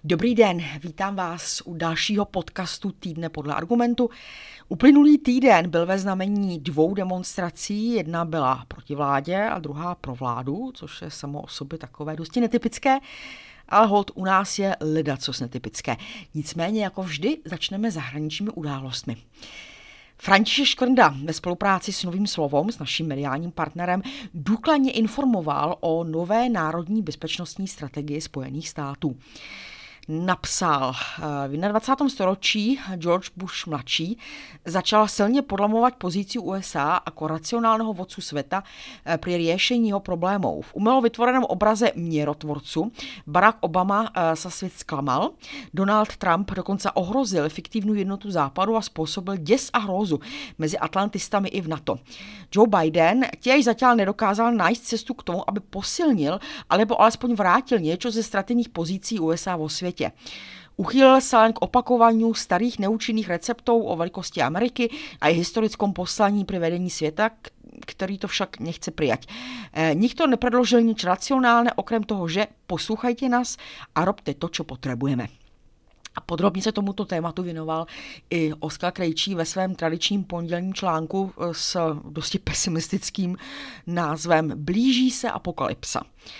Dobrý den, vítám vás u dalšího podcastu Týdne podle argumentu. Uplynulý týden byl ve znamení dvou demonstrací, jedna byla proti vládě a druhá pro vládu, což je samo o sobě takové dosti netypické, ale holt u nás je ledacos netypické. Nicméně jako vždy začneme zahraničními událostmi. František Škvrnda ve spolupráci s Novým slovom, s naším mediálním partnerem, důkladně informoval o nové národní bezpečnostní strategii Spojených států. Napsal, v 21. století George Bush mladší začal silně podlamovat pozici USA jako racionálního vodcu světa při řešení jeho problémů. V uměle vytvořeném obraze mírotvorců Barack Obama se svět zklamal, Donald Trump dokonce ohrozil fiktivní jednotu západu a způsobil děs a hrozu mezi atlantistami i v NATO. Joe Biden těž zatím nedokázal najít cestu k tomu, aby posilnil alebo alespoň vrátil něco ze strategických pozicí USA vo světě. Uchýlil se jen k opakování starých neúčinných receptů o velikosti Ameriky a i historickom poslaní při vedení světa, který to však nechce přijat. Nikdo nepředložil nic racionálne, okrem toho, že poslouchajte nás a robte to, co potřebujeme. A podrobně se tomuto tématu věnoval i Oskar Krejčí ve svém tradičním pondělním článku s dosti pesimistickým názvem Blíží se apokalypsa.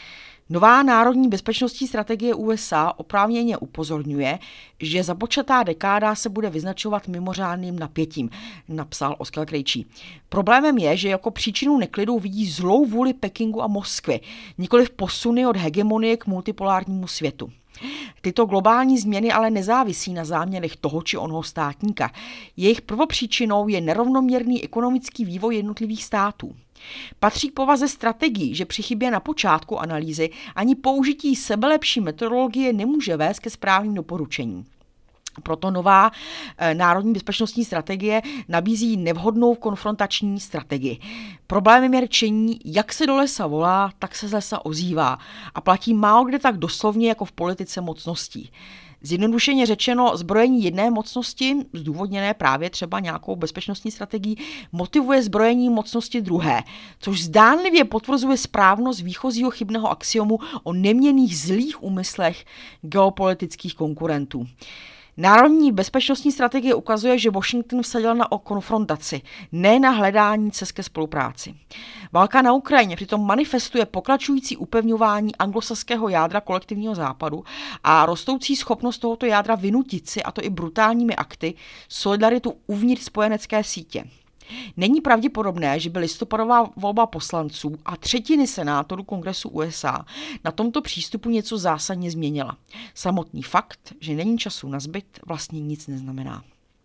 Nová národní bezpečnostní strategie USA oprávněně upozorňuje, že započatá dekáda se bude vyznačovat mimořádným napětím, napsal Oskar Krejčí. Problémem je, že jako příčinu neklidu vidí zlou vůli Pekingu a Moskvy, nikoliv posuny od hegemonie k multipolárnímu světu. Tyto globální změny ale nezávisí na záměrech toho či onoho státníka. Jejich prvopříčinou je nerovnoměrný ekonomický vývoj jednotlivých států. Patří k povaze strategií, že při chybě na počátku analýzy ani použití sebelepší metodologie nemůže vést ke správným doporučením. Proto nová národní bezpečnostní strategie nabízí nevhodnou konfrontační strategii. Problémem je řečení, jak se do lesa volá, tak se z lesa ozývá a platí málo kde tak doslovně jako v politice mocností. Zjednodušeně řečeno, zbrojení jedné mocnosti, zdůvodněné právě třeba nějakou bezpečnostní strategií, motivuje zbrojení mocnosti druhé, což zdánlivě potvrzuje správnost výchozího chybného axiomu o neměnných zlých úmyslech geopolitických konkurentů. Národní bezpečnostní strategie ukazuje, že Washington vsadil na konfrontaci, ne na hledání cest ke spolupráci. Válka na Ukrajině přitom manifestuje pokračující upevňování anglosaského jádra kolektivního západu a rostoucí schopnost tohoto jádra vynutit si, a to i brutálními akty, solidaritu uvnitř spojenecké sítě. Není pravděpodobné, že by listopadová volba poslanců a třetiny senátorů Kongresu USA na tomto přístupu něco zásadně změnila. Samotný fakt, že není času na zbyt, vlastně nic neznamená.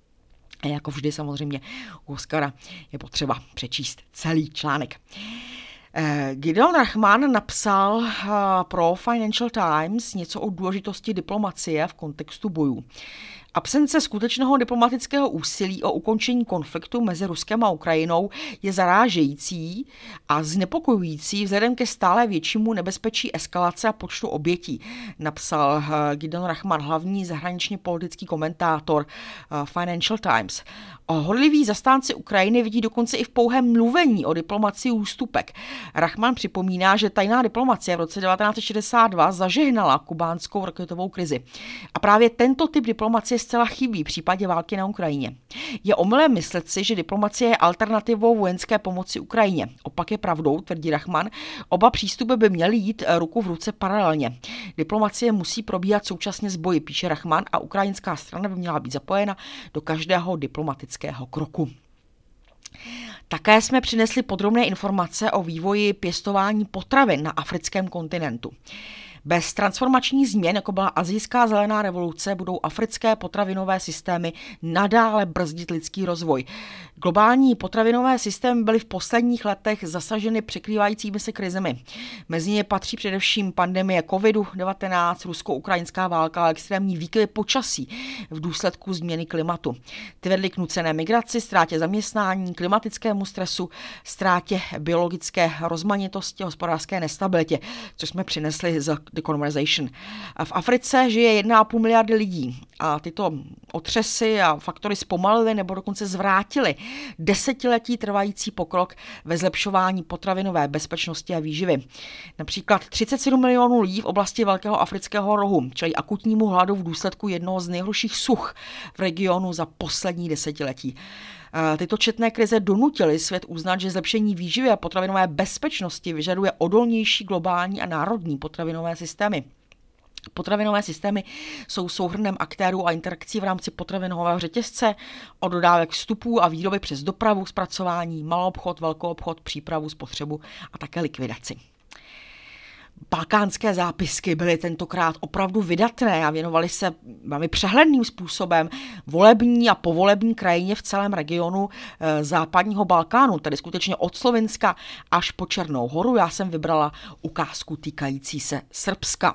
A jako vždy samozřejmě u Oskara je potřeba přečíst celý článek. Gideon Rachman napsal pro Financial Times něco o důležitosti diplomacie v kontextu bojů. Absence skutečného diplomatického úsilí o ukončení konfliktu mezi Ruskem a Ukrajinou je zarážející a znepokojující vzhledem ke stále většímu nebezpečí eskalace a počtu obětí, napsal Gideon Rachman, hlavní zahraničně politický komentátor Financial Times. Horliví zastánci Ukrajiny vidí dokonce i v pouhém mluvení o diplomacii ústupek. Rachman připomíná, že tajná diplomacie v roce 1962 zažehnala kubánskou raketovou krizi. A právě tento typ diplomacie zcela chybí v případě války na Ukrajině. Je omylem myslet si, že diplomacie je alternativou vojenské pomoci Ukrajině. Opak je pravdou, tvrdí Rachman. Oba přístupy by měly jít ruku v ruce paralelně. Diplomacie musí probíhat současně s boji, píše Rachman, a ukrajinská strana by měla být zapojena do každého diplomatického kroku. Také jsme přinesli podrobné informace o vývoji pěstování potravin na africkém kontinentu. Bez transformačních změn, jako byla asijská zelená revoluce, budou africké potravinové systémy nadále brzdit lidský rozvoj. Globální potravinové systémy byly v posledních letech zasaženy překrývajícími se krizemi. Mezi ně patří především pandemie COVID-19, rusko-ukrajinská válka a extrémní výkyvy počasí v důsledku změny klimatu. Ty vedly k nucené migraci, ztrátě zaměstnání, klimatickému stresu, ztrátě biologické rozmanitosti, hospodářské nestabilitě, což jsme přinesli z The Conversation. V Africe žije 1,5 miliardy lidí a tyto otřesy a faktory zpomalily nebo dokonce zvrátily desetiletí trvající pokrok ve zlepšování potravinové bezpečnosti a výživy. Například 37 milionů lidí v oblasti Velkého afrického rohu čelí akutnímu hladu v důsledku jednoho z nejhorších such v regionu za poslední desetiletí. Tyto četné krize donutily svět uznat, že zlepšení výživy a potravinové bezpečnosti vyžaduje odolnější globální a národní potravinové systémy. Potravinové systémy jsou souhrnem aktérů a interakcí v rámci potravinového řetězce od dodávek vstupů a výroby přes dopravu, zpracování, maloobchod, velkoobchod, přípravu, spotřebu a také likvidaci. Balkánské zápisky byly tentokrát opravdu vydatné a věnovaly se velmi přehledným způsobem volební a povolební krajině v celém regionu západního Balkánu, tedy skutečně od Slovinska až po Černou Horu. Já jsem vybrala ukázku týkající se Srbska.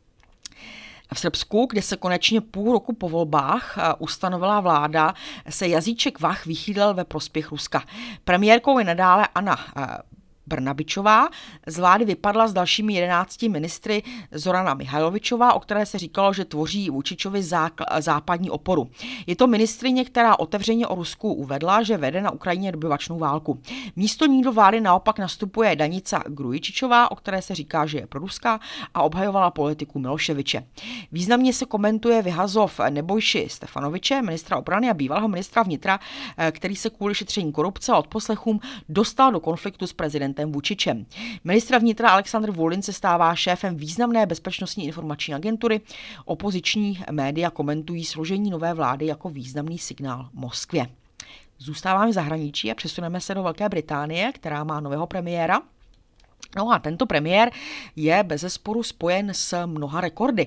V Srbsku, kde se konečně půl roku po volbách ustanovila vláda, se jazyček vah vychýlil ve prospěch Ruska. Premiérkou je nadále Ana Brnabičová, z vlády vypadla s dalšími 11 ministry Zorana Mihajlovičová, o které se říkalo, že tvoří Vučičovi západní oporu. Je to ministryně, která otevřeně o Rusku uvedla, že vede na Ukrajině dobyvačnou válku. Místo ní do vlády naopak nastupuje Danica Grujičičová, o které se říká, že je proruská a obhajovala politiku Miloševiče. Významně se komentuje vyhazov Nebojši Stefanoviče, ministra obrany a bývalého ministra vnitra, který se kvůli šetření korupce a odposlechům dostal do konfliktu s prezidentem Vučičem. Ministra vnitra Alexandr Volin se stává šéfem významné bezpečnostní informační agentury. Opoziční média komentují složení nové vlády jako významný signál Moskvě. Zůstáváme v zahraničí a přesuneme se do Velké Británie, která má nového premiéra. No a tento premiér je bezesporu spojen s mnoha rekordy.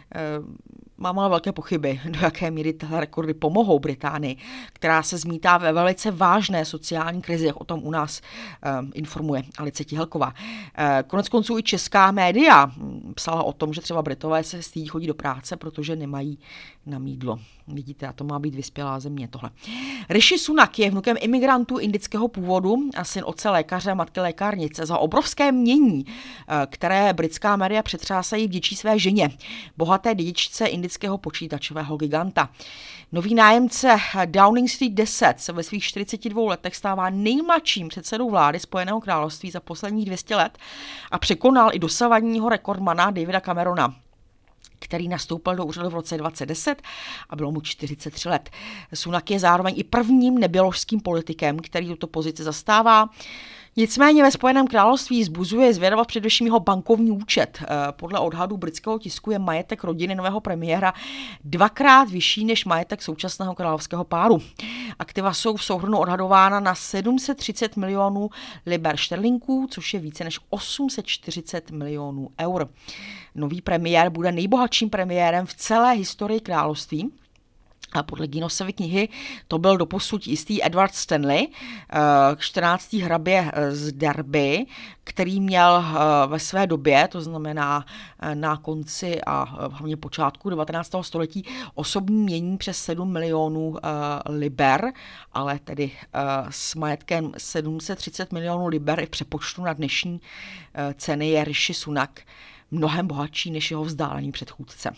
Mám ale velké pochyby, do jaké míry tyhle rekordy pomohou Británii, která se zmítá ve velice vážné sociální krizi, jak o tom u nás informuje Alice Tihelková. Konec konců i česká média psala o tom, že třeba Britové se stydí chodit do práce, protože nemají na mýdlo. Vidíte, a to má být vyspělá země tohle. Rishi Sunak je vnukem imigrantů indického původu a syn otce lékaře a matky lékárnice. Za obrovské mění, které britská média přetřásají, vděčí své ženě, bohaté dědičce indického počítačového giganta. Nový nájemce Downing Street 10 se ve svých 42 letech stává nejmladším předsedou vlády Spojeného království za posledních 200 let a překonal i dosavadního rekordmana Davida Camerona, který nastoupil do úřadu v roce 2010 a bylo mu 43 let. Sunak je zároveň i prvním neběložským politikem, který tuto pozici zastává. Nicméně ve Spojeném království zbuzuje zvědavost především jeho bankovní účet. Podle odhadů britského tisku je majetek rodiny nového premiéra dvakrát vyšší než majetek současného královského páru. Aktiva jsou v souhrnu odhadována na 730 milionů liber šterlinků, což je více než 840 milionů eur. Nový premiér bude nejbohatším premiérem v celé historii království. A podle Guinnessovy knihy to byl doposud jistý Edward Stanley, 14. hrabě z Derby, který měl ve své době, to znamená na konci a hlavně počátku 19. století, osobní mění přes 7 milionů liber, ale tedy s majetkem 730 milionů liber i v přepočtu na dnešní ceny je Rishi Sunak mnohem bohatší než jeho vzdálený předchůdce.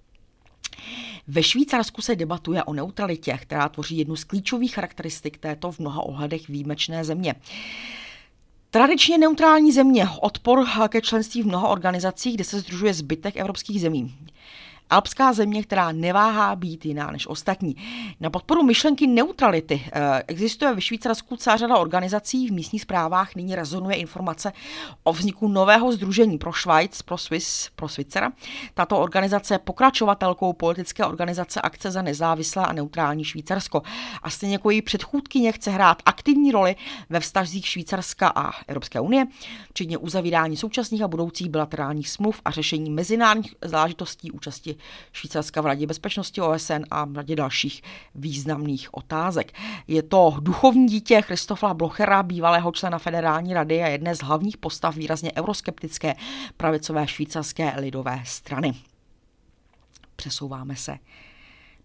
Ve Švýcarsku se debatuje o neutralitě, která tvoří jednu z klíčových charakteristik této v mnoha ohledech výjimečné země. Tradičně neutrální země, odpor ke členství v mnoha organizacích, kde se sdružuje zbytek evropských zemí. Alpská země, která neváhá být jiná než ostatní. Na podporu myšlenky neutrality existuje ve Švýcarsku celá řada organizací, v místních správách nyní rezonuje informace o vzniku nového sdružení pro Švajc, pro Švýcara. Tato organizace je pokračovatelkou politické organizace Akce za nezávislé a neutrální Švýcarsko. A stejně jako její předchůdkyně chce hrát aktivní roli ve vztazích Švýcarska a Evropské unie, včetně uzavírání současných a budoucích bilaterálních smluv a řešení mezinárodních záležitostí účasti Švýcarska v Radě bezpečnosti OSN a v radě dalších významných otázek. Je to duchovní dítě Christofa Blochera, bývalého člena Federální rady a jedné z hlavních postav výrazně euroskeptické pravicové švýcarské lidové strany. Přesouváme se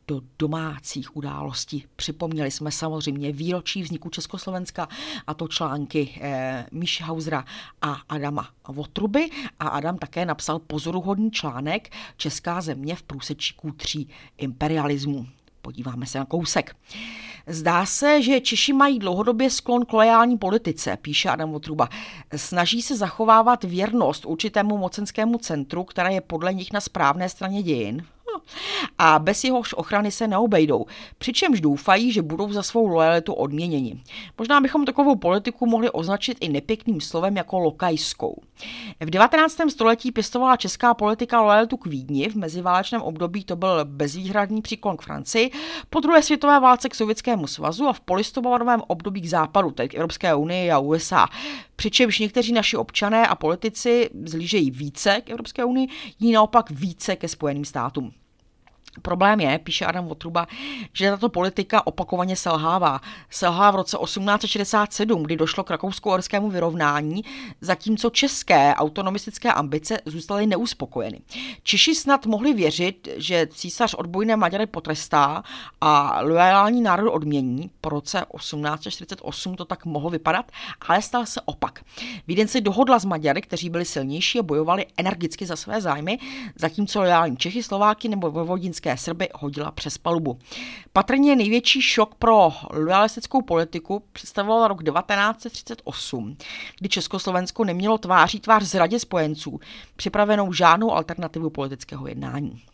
do domácích událostí. Připomněli jsme samozřejmě výročí vzniku Československa, a to články Míši Hausera a Adama Votruby. A Adam také napsal pozoruhodný článek Česká země v průsečíku 3 imperialismu. Podíváme se na kousek. Zdá se, že Češi mají dlouhodobě sklon k loajální politice, píše Adam Votruba. Snaží se zachovávat věrnost určitému mocenskému centru, které je podle nich na správné straně dějin, a bez jehož ochrany se neobejdou, přičemž doufají, že budou za svou lojalitu odměněni. Možná bychom takovou politiku mohli označit i nepěkným slovem jako lokajskou. V 19. století pěstovala česká politika lojalitu k Vídni, v meziválečném období to byl bezvýhradný příklon k Francii, po druhé světové válce k Sovětskému svazu a v polistopadovém období k západu, tedy k Evropské unii a USA. Přičemž někteří naši občané a politici zlížejí více k Evropské unii, jiní naopak více ke Spojeným státům. Problém je, píše Adam Votruba, že tato politika opakovaně selhává. Selhává v roce 1867, kdy došlo k rakousko-uherskému vyrovnání, zatímco české autonomistické ambice zůstaly neuspokojeny. Češi snad mohli věřit, že císař odbojné Maďary potrestá a loajální národ odmění. Po roce 1848 to tak mohlo vypadat, ale stal se opak. Vídeň se dohodla s Maďary, kteří byli silnější a bojovali energicky za své zájmy, zatímco loajální Čechy, Slováky nebo vojvodinské Srby hodila přes palubu. Patrně největší šok pro loyalistickou politiku představoval rok 1938, kdy Československo nemělo tváří tvář zradě spojenců, připravenou žádnou alternativu politického jednání.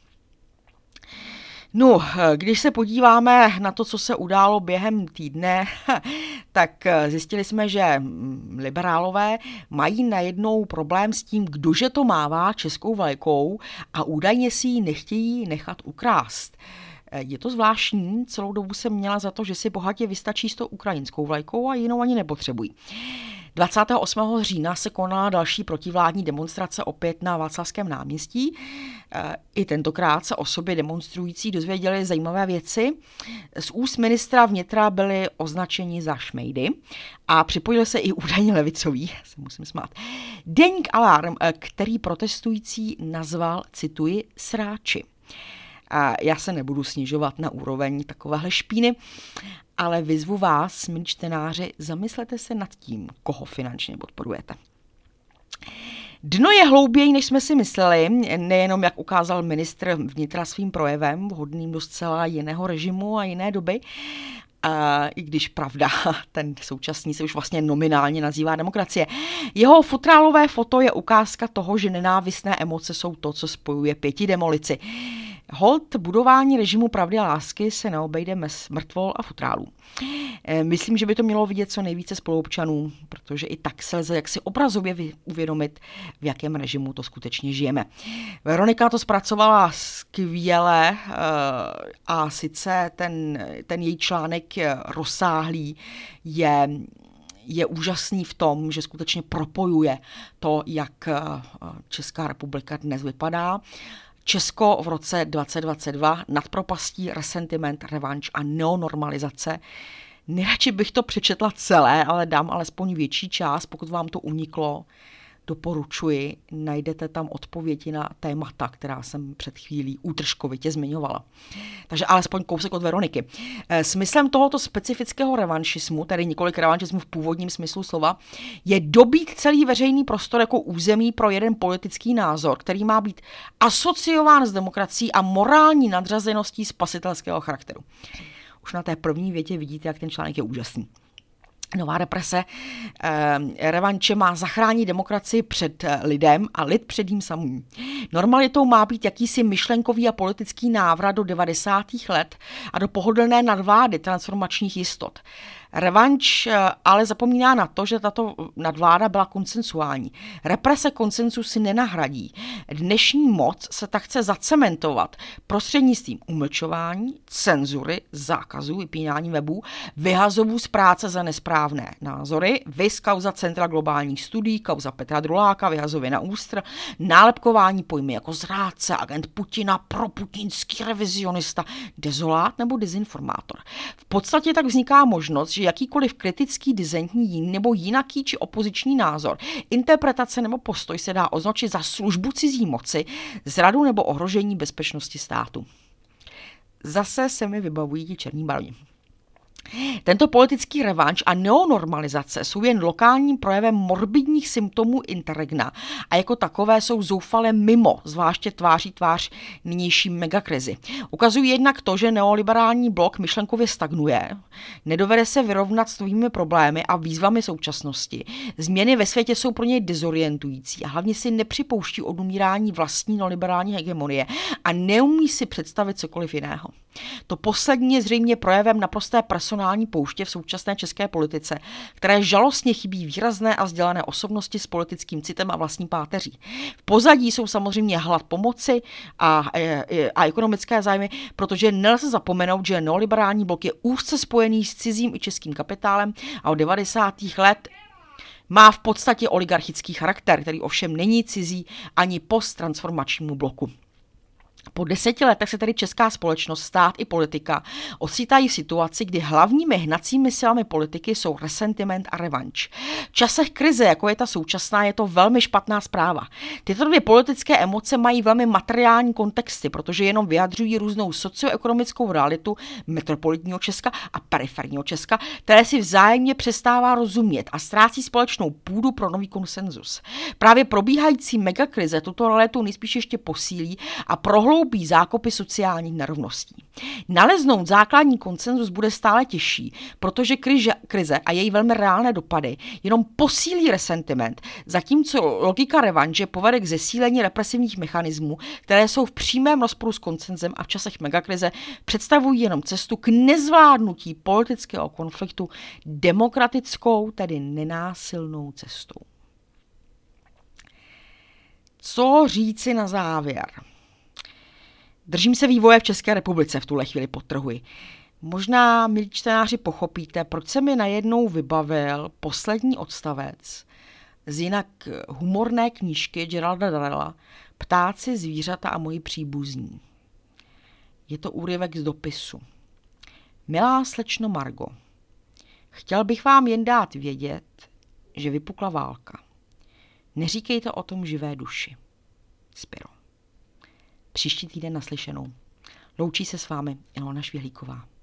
No, když se podíváme na to, co se událo během týdne, tak zjistili jsme, že liberálové mají najednou problém s tím, kdože to mává českou vlajkou a údajně si ji nechtějí nechat ukrást. Je to zvláštní, celou dobu jsem měla za to, že si bohatě vystačí s tou ukrajinskou vlajkou a jinou ani nepotřebují. 28. října se konala další protivládní demonstrace opět na Václavském náměstí. I tentokrát se osoby demonstrující dozvěděly zajímavé věci. Z úst ministra vnitra byli označeni za šmejdy a připojil se i údajně levicový, se musím smát, Deník Alarm, který protestující nazval, cituji, sráči. A já se nebudu snižovat na úroveň takovéhle špíny, ale vyzvu vás, milí čtenáři, zamyslete se nad tím, koho finančně podporujete. Dno je hlouběji, než jsme si mysleli, nejenom jak ukázal ministr vnitra svým projevem, vhodným do zcela jiného režimu a jiné doby, i když pravda, ten současný se už vlastně nominálně nazývá demokracie. Jeho futrálové foto je ukázka toho, že nenávistné emoce jsou to, co spojuje pětidemolici. Holt budování režimu pravdy a lásky se neobejde bez mrtvol a futrálů. Myslím, že by to mělo vidět co nejvíce spoluobčanů, protože i tak se lze jaksi obrazově uvědomit, v jakém režimu to skutečně žijeme. Veronika to zpracovala skvěle a sice ten její článek rozsáhlý je úžasný v tom, že skutečně propojuje to, jak Česká republika dnes vypadá. Česko v roce 2022 nad propastí resentiment, revanš a neonormalizace. Nejradši bych to přečetla celé, ale dám alespoň větší část, pokud vám to uniklo. Doporučuji, najdete tam odpovědi na témata, která jsem před chvílí útržkovitě zmiňovala. Takže alespoň kousek od Veroniky. Smyslem tohoto specifického revanšismu, tedy několik revanšismů v původním smyslu slova, je dobít celý veřejný prostor jako území pro jeden politický názor, který má být asociován s demokracií a morální nadřazeností spasitelského charakteru. Už na té první větě vidíte, jak ten článek je úžasný. Nová represe revanče má zachránit demokracii před lidem a lid před ním samým. Normalitou má být jakýsi myšlenkový a politický návrat do 90. let a do pohodlné nadvlády transformačních jistot. Revanš ale zapomíná na to, že tato nadvláda byla konsensuální. Represe konsensu si nenahradí. Dnešní moc se tak chce zacementovat prostřednictvím umlčování, cenzury, zákazů, vypínání webů, vyhazovů z práce za nesprávné názory, viz kauza Centra globálních studií, kauza Petra Druláka, vyhazově na ústr, nálepkování pojmy jako zrádce, agent Putina, proputinský revizionista, dezolát nebo dezinformátor. V podstatě tak vzniká možnost, že jakýkoliv kritický, dizentní nebo jinaký či opoziční názor, interpretace nebo postoj se dá označit za službu cizí moci, zradu nebo ohrožení bezpečnosti státu. Zase se mi vybavují ti černí baroni. Tento politický revanš a neonormalizace jsou jen lokálním projevem morbidních symptomů interregna a jako takové jsou zoufale mimo, zvláště tváří tvář nynější megakrizi. Ukazují jednak to, že neoliberální blok myšlenkově stagnuje, nedovede se vyrovnat s novými problémy a výzvami současnosti. Změny ve světě jsou pro něj dezorientující a hlavně si nepřipouští odumírání vlastní neoliberální hegemonie a neumí si představit cokoliv jiného. To poslední je zřejmě projevem naprosté personální pouště v současné české politice, které žalostně chybí výrazné a vzdělané osobnosti s politickým citem a vlastní páteří. V pozadí jsou samozřejmě hlad pomoci a ekonomické zájmy, protože nelze zapomenout, že neoliberální blok je úzce spojený s cizím i českým kapitálem a od 90. let má v podstatě oligarchický charakter, který ovšem není cizí ani posttransformačnímu bloku. Po 10 letech se tedy česká společnost, stát i politika ocitají v situaci, kdy hlavními hnacími silami politiky jsou resentiment a revanš. V časech krize, jako je ta současná, je to velmi špatná zpráva. Tyto dvě politické emoce mají velmi materiální kontexty, protože jenom vyjadřují různou socioekonomickou realitu metropolitního Česka a periferního Česka, které si vzájemně přestává rozumět a ztrácí společnou půdu pro nový konsenzus. Právě probíhající megakrize tuto realitu nejspíš ještě posílí a prohloubí zákopy sociálních nerovností. Naleznout základní konsenzus bude stále těžší, protože krize a její velmi reálné dopady jenom posílí resentiment, zatímco logika revanže povede k zesílení represivních mechanismů, které jsou v přímém rozporu s konsenzem a v časech megakrize představují jenom cestu k nezvládnutí politického konfliktu demokratickou, tedy nenásilnou cestou. Co říci na závěr? Držím se vývoje v České republice, v tuhle chvíli podtrhuji. Možná, milí čtenáři, pochopíte, proč se mi najednou vybavil poslední odstavec z jinak humorné knížky Geralda Darrella Ptáci, zvířata a moji příbuzní. Je to úryvek z dopisu. Milá slečno Margo, chtěl bych vám jen dát vědět, že vypukla válka. Neříkejte o tom živé duši. Spiro. Příští týden naslyšenou. Loučí se s vámi Ilona Švihlíková.